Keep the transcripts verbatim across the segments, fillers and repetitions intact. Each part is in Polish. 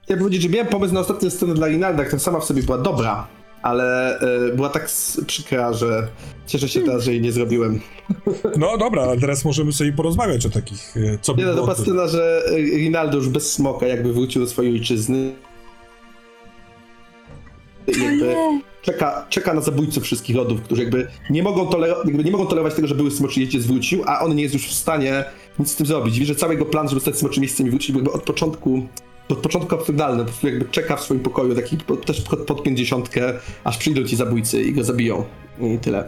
Chciałem powiedzieć, że miałem pomysł na ostatnią scenę dla Rinalda, która sama w sobie była dobra, ale y, była tak przykra, że cieszę się teraz, że jej nie zrobiłem. No dobra, ale teraz możemy sobie porozmawiać o takich, co by Nie no, było. to była scena, że Rinaldo już bez smoka jakby wrócił do swojej ojczyzny. I jakby czeka, czeka na zabójców wszystkich rodów, którzy jakby nie mogą, tolero- jakby nie mogą tolerować tego, że były smoczy jeździec wrócił, a on nie jest już w stanie nic z tym zrobić. Widzi, że cały jego plan, żeby stać smoczym jeźdźcem i wrócić, jakby od początku od początku absurdalne, po prostu jakby czeka w swoim pokoju, taki po, też pod, pod pięćdziesiątkę, aż przyjdą ci zabójcy i go zabiją. I tyle.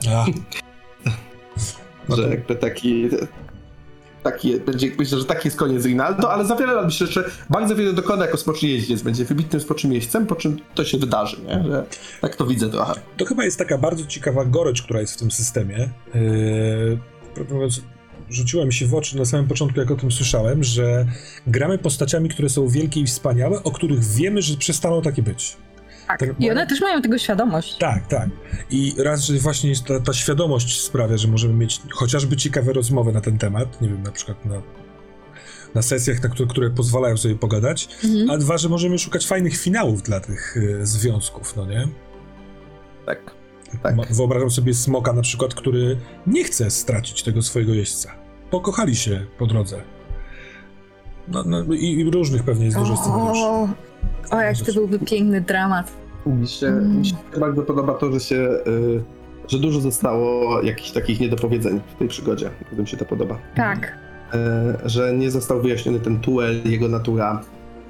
No że to... jakby taki... Taki, będzie, myślę, że taki jest koniec Rinaldo, ale za wiele lat myślę, że bardzo wiele dokona jako smoczy jeździec, będzie wybitnym smoczym jeźdźcem, po czym to się wydarzy, nie? Że tak to widzę trochę. To chyba jest taka bardzo ciekawa gorycz, która jest w tym systemie. Yy, mówiąc, rzuciła mi się w oczy na samym początku, jak o tym słyszałem, że gramy postaciami, które są wielkie i wspaniałe, o których wiemy, że przestaną takie być. Tak, tak, i one też mają tego świadomość. Tak, tak. I raz, że właśnie jest ta, ta świadomość sprawia, że możemy mieć chociażby ciekawe rozmowy na ten temat, nie wiem, na przykład na, na sesjach, na które, które pozwalają sobie pogadać, mhm. a dwa, że możemy szukać fajnych finałów dla tych y, związków, no nie? Tak, tak. Wyobrażam sobie smoka na przykład, który nie chce stracić tego swojego jeźdźca. Pokochali się po drodze. No, no i, i różnych pewnie jest dużo scenariuszy. O, o, jak to byłby piękny dramat. Mi się, mm. mi się bardzo podoba to, że się, y, że dużo zostało jakichś takich niedopowiedzeń w tej przygodzie. Bardzo mi się to podoba. Tak. Y, że nie został wyjaśniony ten Tuel, jego natura.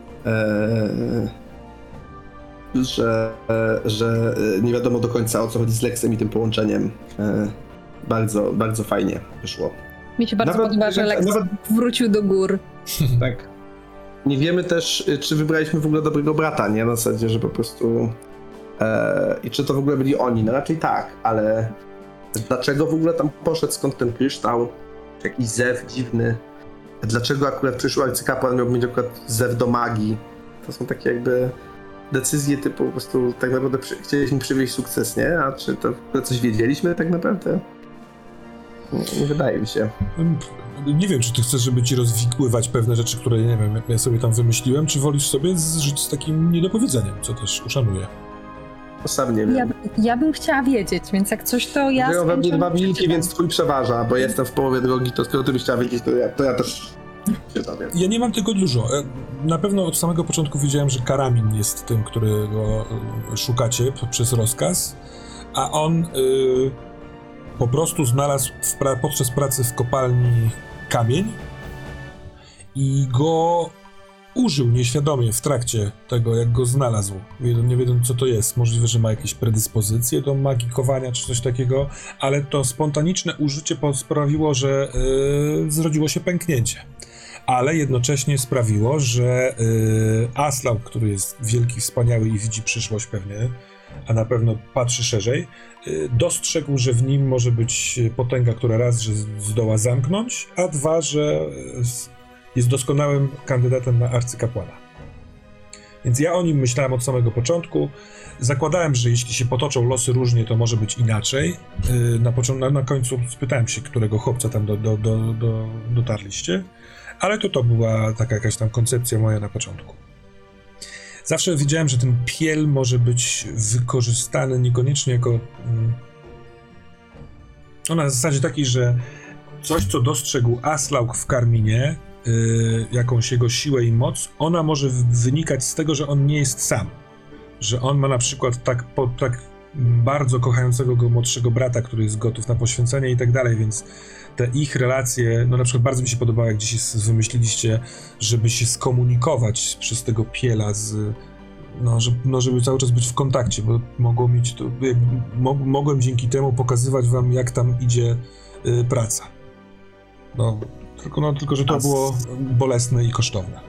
Y, że, y, że nie wiadomo do końca, o co chodzi z Lexem i tym połączeniem. Y, bardzo, bardzo fajnie wyszło. Mi się bardzo nawet, podoba, że Lex nawet... wrócił do gór. Tak. Nie wiemy też, czy wybraliśmy w ogóle dobrego brata, nie? Na zasadzie, że po prostu... E, I czy to w ogóle byli oni? No raczej tak, ale dlaczego w ogóle tam poszedł, skąd ten kryształ? Jakiś zew dziwny. Dlaczego akurat przyszły arcykapłan miał mieć akurat zew do magii? To są takie jakby decyzje typu po prostu tak naprawdę przy, chcieliśmy przywieźć sukces, nie? A czy to w ogóle coś wiedzieliśmy tak naprawdę? Nie, nie wydaje mi się. Nie wiem, czy ty chcesz, żeby ci rozwikływać pewne rzeczy, które, nie wiem, jak ja sobie tam wymyśliłem, czy wolisz sobie żyć z takim niedopowiedzeniem, co też uszanuję. Sam nie wiem. Ja, ja bym chciała wiedzieć, więc jak coś, to ja... Mają we mnie dwa wilki, więc twój przeważa, bo jestem w połowie drogi, to skoro ty byś chciała wiedzieć, to ja, to ja też się dowiem. Ja nie mam tego dużo. Na pewno od samego początku wiedziałem, że Karamin jest tym, którego szukacie przez rozkaz, a on... Yy... po prostu znalazł w pra- podczas pracy w kopalni kamień i go użył nieświadomie w trakcie tego, jak go znalazł. Nie wiedząc, co to jest. Możliwe, że ma jakieś predyspozycje do magikowania czy coś takiego, ale to spontaniczne użycie sprawiło, że yy, zrodziło się pęknięcie. Ale jednocześnie sprawiło, że yy, Aslaug, który jest wielki, wspaniały i widzi przyszłość pewnie, a na pewno patrzy szerzej, dostrzegł, że w nim może być potęga, która raz, że zdoła zamknąć, a dwa, że jest doskonałym kandydatem na arcykapłana. Więc ja o nim myślałem od samego początku. Zakładałem, że jeśli się potoczą losy różnie, to może być inaczej. Na, początku, na końcu spytałem się, którego chłopca tam do, do, do, do, dotarliście, ale to to była taka jakaś tam koncepcja moja na początku. Zawsze wiedziałem, że ten piel może być wykorzystany niekoniecznie jako... No na zasadzie takiej, że coś, co dostrzegł Aslaug w Karminie, yy, jakąś jego siłę i moc, ona może wynikać z tego, że on nie jest sam. Że on ma na przykład tak, po, tak bardzo kochającego go młodszego brata, który jest gotów na poświęcenie i tak dalej, więc te ich relacje, no na przykład bardzo mi się podobało, jak dzisiaj wymyśliliście, żeby się skomunikować przez tego piela z, no, że, no żeby cały czas być w kontakcie, bo mogło mieć to, jakby, mo, mogłem dzięki temu pokazywać wam, jak tam idzie y, praca. No, tylko, no, tylko, że to a było bolesne i kosztowne.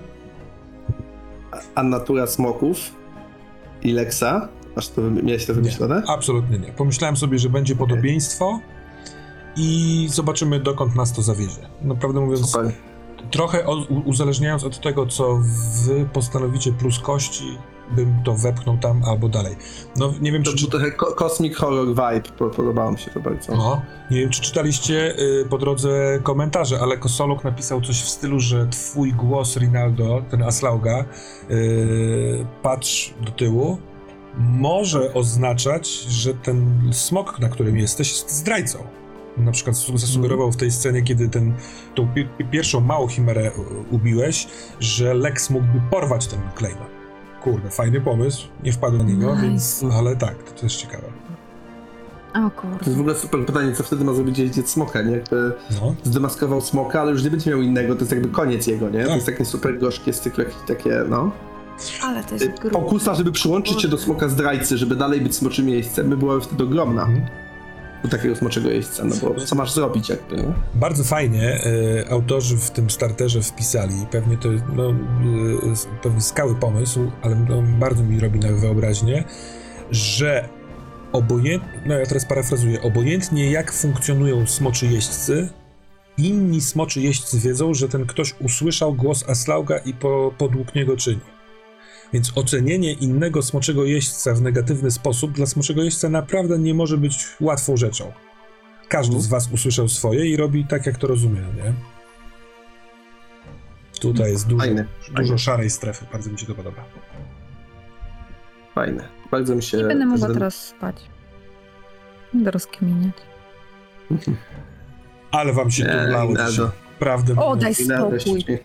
A natura smoków i Lexa? Aż to miałeś to wymyślone? Nie, absolutnie nie. Pomyślałem sobie, że będzie okay. podobieństwo i zobaczymy, dokąd nas to zawiezie. Naprawdę mówiąc, super. Trochę o, uzależniając od tego, co wy postanowicie plus kości, bym to wepchnął tam albo dalej. No nie wiem, To czy... był trochę ko- Cosmic Horror vibe, po- podobało mi się to bardzo. No, nie wiem, czy czytaliście y, po drodze komentarze, ale Kosolok napisał coś w stylu, że twój głos, Rinaldo, ten Aslauga, y, patrz do tyłu, może oznaczać, że ten smok, na którym jesteś, jest zdrajcą. Na przykład su- zasugerował w tej scenie, kiedy ten, tą pi- pierwszą małą chimerę u- ubiłeś, że Lex mógłby porwać ten klejnot. Kurde, fajny pomysł, nie wpadł na niego, Nice. więc, ale tak, to też ciekawe. O To kurde. jest w ogóle super pytanie, co wtedy ma zrobić jeździec smoka, nie? Jakby No. zdemaskował smoka, ale już nie będzie miał innego, to jest jakby koniec jego, nie? To Tak. jest takie super gorzkie stykle, takie, no. Ale to jest grube. Pokusa, żeby przyłączyć się do smoka zdrajcy, żeby dalej być smoczym jeźdźcem, by byłaby wtedy ogromna. Mhm. Do takiego smoczego jeźdźca, no bo co masz zrobić jakby, nie? Bardzo fajnie e, autorzy w tym starterze wpisali, pewnie to no, e, pewnie skały pomysł, ale no, bardzo mi robi na wyobraźnię, że obojętnie, no ja teraz parafrazuję, obojętnie jak funkcjonują smoczy jeźdźcy, inni smoczy jeźdźcy wiedzą, że ten ktoś usłyszał głos Aslauga i po, podług niego czyni. Więc ocenienie innego smoczego jeźdźca w negatywny sposób dla smoczego jeźdźca naprawdę nie może być łatwą rzeczą. Każdy z was usłyszał swoje i robi tak, jak to rozumie, nie? Tutaj jest dużo, Fajne, dużo fajne. szarej strefy, bardzo mi się to podoba. Fajne. Bardzo mi się... Nie będę mogła że- teraz spać. Będę rozkminiać. Ale wam się Nie, turlało Rinaldo. dzisiaj. Prawdę O, mówiąc. daj Rinaldo spokój. się-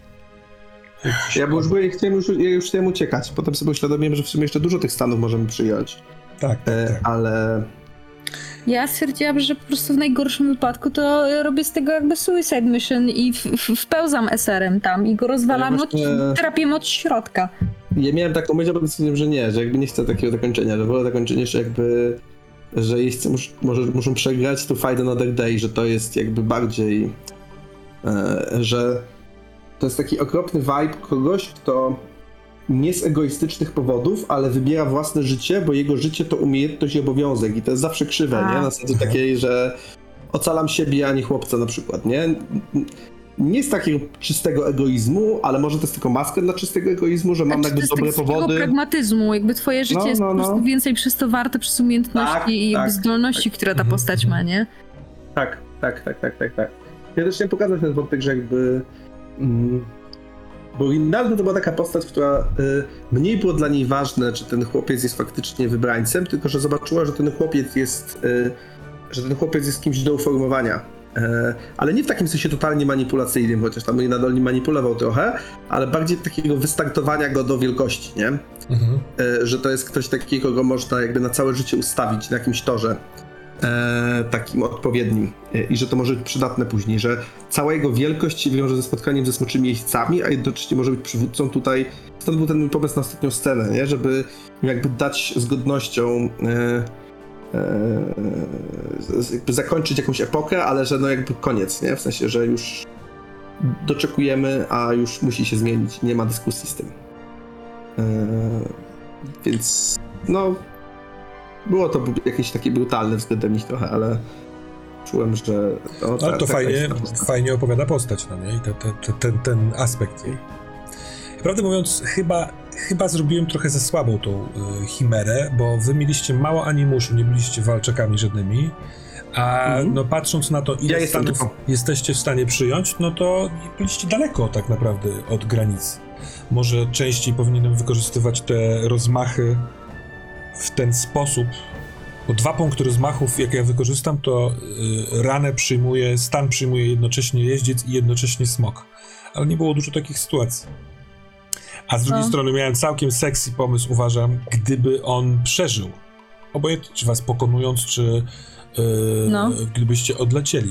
Ja bo już, byłem, chciałem, już, ja już chciałem uciekać. Potem sobie uświadomiłem, że w sumie jeszcze dużo tych stanów możemy przyjąć. Tak, tak, E, tak. ale Ja stwierdziłam, że po prostu w najgorszym wypadku to robię z tego jakby suicide mission i w, w, wpełzam S R-em tam i go rozwalam, Ja właśnie- od, trapię od środka. ja miałem taką myśl, ale stwierdziłem, że nie, że jakby nie chcę takiego zakończenia, że wolę zakończenie jeszcze jakby, że jeźdźcy mus, może, muszą przegrać to fight another day, że to jest jakby bardziej, e, że to jest taki okropny vibe kogoś, kto nie z egoistycznych powodów, ale wybiera własne życie, bo jego życie to umiejętność i obowiązek i to jest zawsze krzywe, A. nie? Na zasadzie takiej, że ocalam siebie, a nie chłopca na przykład, nie? Nie z takiego czystego egoizmu, ale może to jest tylko maska dla czystego egoizmu, że mam Znaczy, jakby to jest dobre tak z takiego powody. pragmatyzmu, jakby twoje życie No, jest no, po prostu no. więcej przez to warte, przez umiejętności Tak, i jakby tak, zdolności, które ta Mhm, postać ma, nie? Tak, tak, tak, tak, tak, tak. Ja też chciałem pokazać ten wątek, że jakby... Mm, bo Rinaldo to była taka postać, która y, mniej było dla niej ważne, czy ten chłopiec jest faktycznie wybrańcem, tylko że zobaczyła, że ten chłopiec jest... Y, że ten chłopiec jest kimś do uformowania. E, ale nie w takim sensie totalnie manipulacyjnym, chociaż tam Rinaldo nim manipulował trochę, ale bardziej takiego wystartowania go do wielkości, nie? Mhm. E, że to jest ktoś taki, kogo można jakby na całe życie ustawić na jakimś torze e, takim odpowiednim e, i że to może być przydatne później, że cała jego wielkość się wiąże ze spotkaniem ze smoczymi jeźdźcami, a jednocześnie może być przywódcą tutaj. Stąd był ten mój pomysł na ostatnią scenę, nie? Żeby jakby dać z godnością e, e, z- jakby zakończyć jakąś epokę, ale że no jakby koniec, nie? W sensie, że już doczekujemy, a już musi się zmienić, nie ma dyskusji z tym. Eee, więc no było to jakieś takie brutalne względem nich trochę, ale czułem, że no, Ale ta- to taka fajnie, jest ta postać. fajnie opowiada postać, no nie? I te, te, te, ten, ten aspekt jej. Prawdę mówiąc, chyba, chyba zrobiłem trochę za słabą tą y, chimerę, bo wy mieliście mało animuszu, nie byliście walczakami żadnymi, a Mhm. no patrząc na to, ile Ja jestem stanów tylko. jesteście w stanie przyjąć, no to byliście daleko tak naprawdę od granicy. Może częściej powinienem wykorzystywać te rozmachy w ten sposób, bo dwa punkty rozmachów, jak ja wykorzystam, to y, ranę przyjmuje, stan przyjmuje jednocześnie jeździec i jednocześnie smok. Ale nie było dużo takich sytuacji. A z drugiej No. strony miałem całkiem sexy pomysł, uważam, gdyby on przeżył. Obojętnie, czy was pokonując, czy yy, No. gdybyście odlecieli.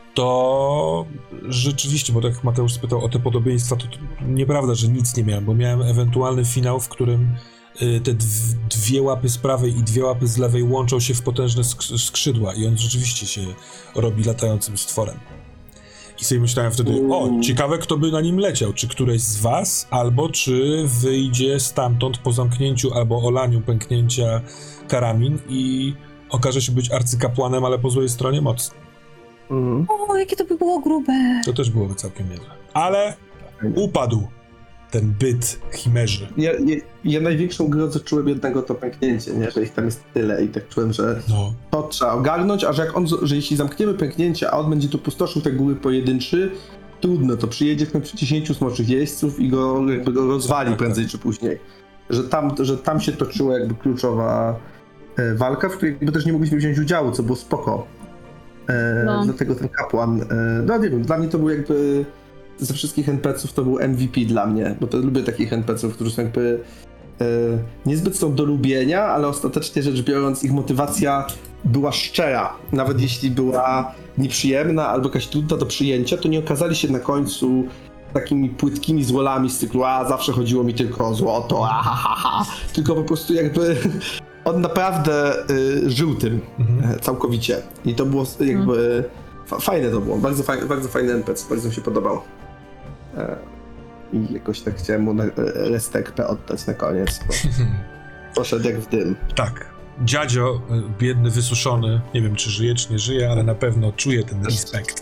To rzeczywiście, bo tak jak Mateusz spytał o te podobieństwa, to, to nieprawda, że nic nie miałem, bo miałem ewentualny finał, w którym y, te dw- dwie łapy z prawej i dwie łapy z lewej łączą się w potężne sk- skrzydła i on rzeczywiście się robi latającym stworem. I sobie myślałem wtedy, o, ciekawe kto by na nim leciał, czy któreś z was, albo czy wyjdzie stamtąd po zamknięciu albo olaniu pęknięcia karamin i okaże się być arcykapłanem, ale po złej stronie mocy. Mhm. O, jakie to by było grube. To też byłoby całkiem niezłe. Ale upadł. ten byt chimerzy. Ja, ja, ja największą grozę czułem jednego to pęknięcie, nie? Że ich tam jest tyle i tak czułem, że No. to trzeba ogarnąć, a że jak on, że jeśli zamkniemy pęknięcie, a on będzie tu pustoszył te góry pojedynczy, trudno, to przyjedzie w końcu dziesięciu smoczych jeźdźców i go jakby go rozwali Tak, prędzej czy później. Że tam, że tam się toczyła jakby kluczowa e, walka, w której jakby też nie mogliśmy wziąć udziału, co było spoko. E, No. Dlatego ten kapłan, e, no nie wiem, dla mnie to był jakby ze wszystkich en pe ce ów to był em we pe dla mnie, bo to lubię takich en pe ce ów, którzy są jakby e, niezbyt są do lubienia, ale ostatecznie rzecz biorąc ich motywacja była szczera. Nawet jeśli była nieprzyjemna albo jakaś trudna do przyjęcia, to nie okazali się na końcu takimi płytkimi złolami z cyklu, a zawsze chodziło mi tylko o złoto, ahahaha. Tylko po prostu jakby on naprawdę y, żył tym Mhm. e, całkowicie. I to było jakby fa- fajne to było, bardzo fajny, bardzo fajny en pe ce, bardzo mi się podobał. E, I jakoś tak chciałem mu na, e, respekt oddać na koniec, bo poszedł jak w dym. Tak. Dziadzio, y, biedny, wysuszony, nie wiem czy żyje, czy nie żyje, ale na pewno czuje ten respekt.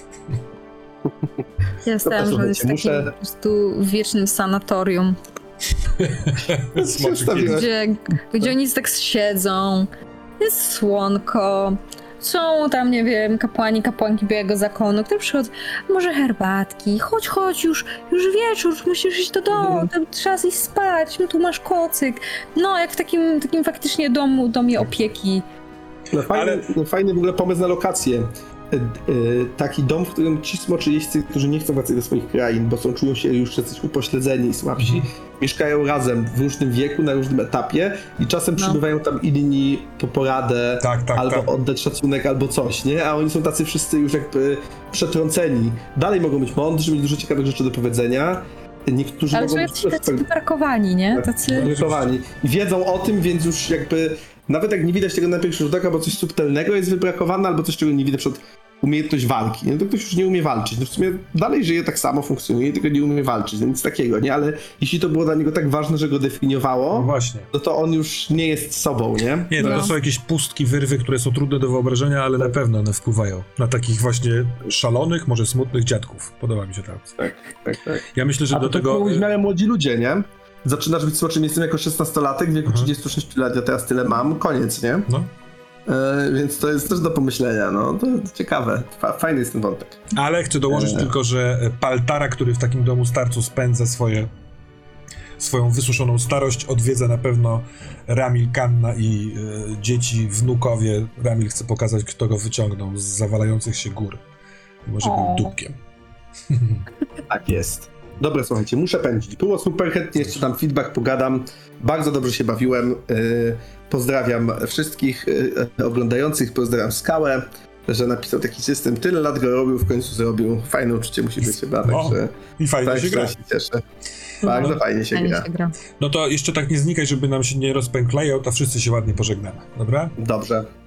Ja stałam, że on jest posłuchajcie, takim muszę- po prostu wiecznym sanatorium, Smoczy Przedstawiłem. kiedyś. gdzie, gdzie oni tak siedzą, jest słonko, są tam, nie wiem, kapłani, kapłanki Białego Zakonu, które przychodzą, może herbatki, chodź, chodź, już, już wieczór, musisz iść do domu, tam trzeba iść spać, no tu masz kocyk. No, jak w takim, takim faktycznie domu, domie opieki. No fajny, Ale- no fajny w ogóle pomysł na lokację. E, e, taki dom, w którym ci smoczy jeźdźcy, którzy nie chcą wracać do swoich krain, bo są, czują się już jacyś upośledzeni i słabsi, mieszkają razem w różnym wieku, na różnym etapie i czasem No. przybywają tam inni po poradę, Tak, tak, albo tak. oddać szacunek, albo coś, nie? A oni są tacy wszyscy już jakby przetrąceni. Dalej mogą być mądrzy, mieć dużo ciekawych rzeczy do powiedzenia. Niektórzy Ale są mogą jacyś być tacy wyparkowani, nie? Tacy... wybrakowani. I wiedzą o tym, więc już jakby nawet jak nie widać tego na pierwszy rzut oka, bo coś subtelnego jest wybrakowane, albo coś, czego nie widać, na przykład umiejętność walki, nie? To ktoś już nie umie walczyć. No w sumie dalej żyje tak samo, funkcjonuje, tylko nie umie walczyć, no nic takiego, nie? Ale jeśli to było dla niego tak ważne, że go No definiowało, właśnie. no to on już nie jest sobą, nie? Nie, no, No. to są jakieś pustki, wyrwy, które są trudne do wyobrażenia, ale na pewno one wpływają na takich właśnie szalonych, może smutnych dziadków. Podoba mi się to. Tak, tak, tak. Ja myślę, że A do to tego... mogą być w miarę młodzi ludzie, nie? Zaczynasz być smoczym jestem jako szesnastolatek, w wieku Mhm. trzydziestu sześciu lat, ja teraz tyle mam, koniec, nie? No. E, więc to jest też do pomyślenia, no to ciekawe, Fa- fajny jest ten wątek. Ale chcę dołożyć Eee. tylko, że Paltara, który w takim domu starcu spędza swoje, swoją wysuszoną starość, odwiedza na pewno Ramil Kanna i e, dzieci, wnukowie. Ramil chce pokazać, kto go wyciągnął z zawalających się gór. Może O. był dupkiem. Tak jest. Dobra, słuchajcie, muszę pędzić. Było super, chętnie jeszcze tam feedback pogadam. Bardzo dobrze się bawiłem. Yy, pozdrawiam wszystkich yy, oglądających, pozdrawiam Skałę, że napisał taki system. Tyle lat go robił, w końcu zrobił. Fajne uczucie musi być chyba, No, także I fajnie tak się gra. się cieszę. Bardzo No. fajnie się Fajnie gra. się gra. No to jeszcze tak nie znikaj, żeby nam się nie rozpękł layout, a wszyscy się ładnie pożegnamy. Dobra? Dobrze.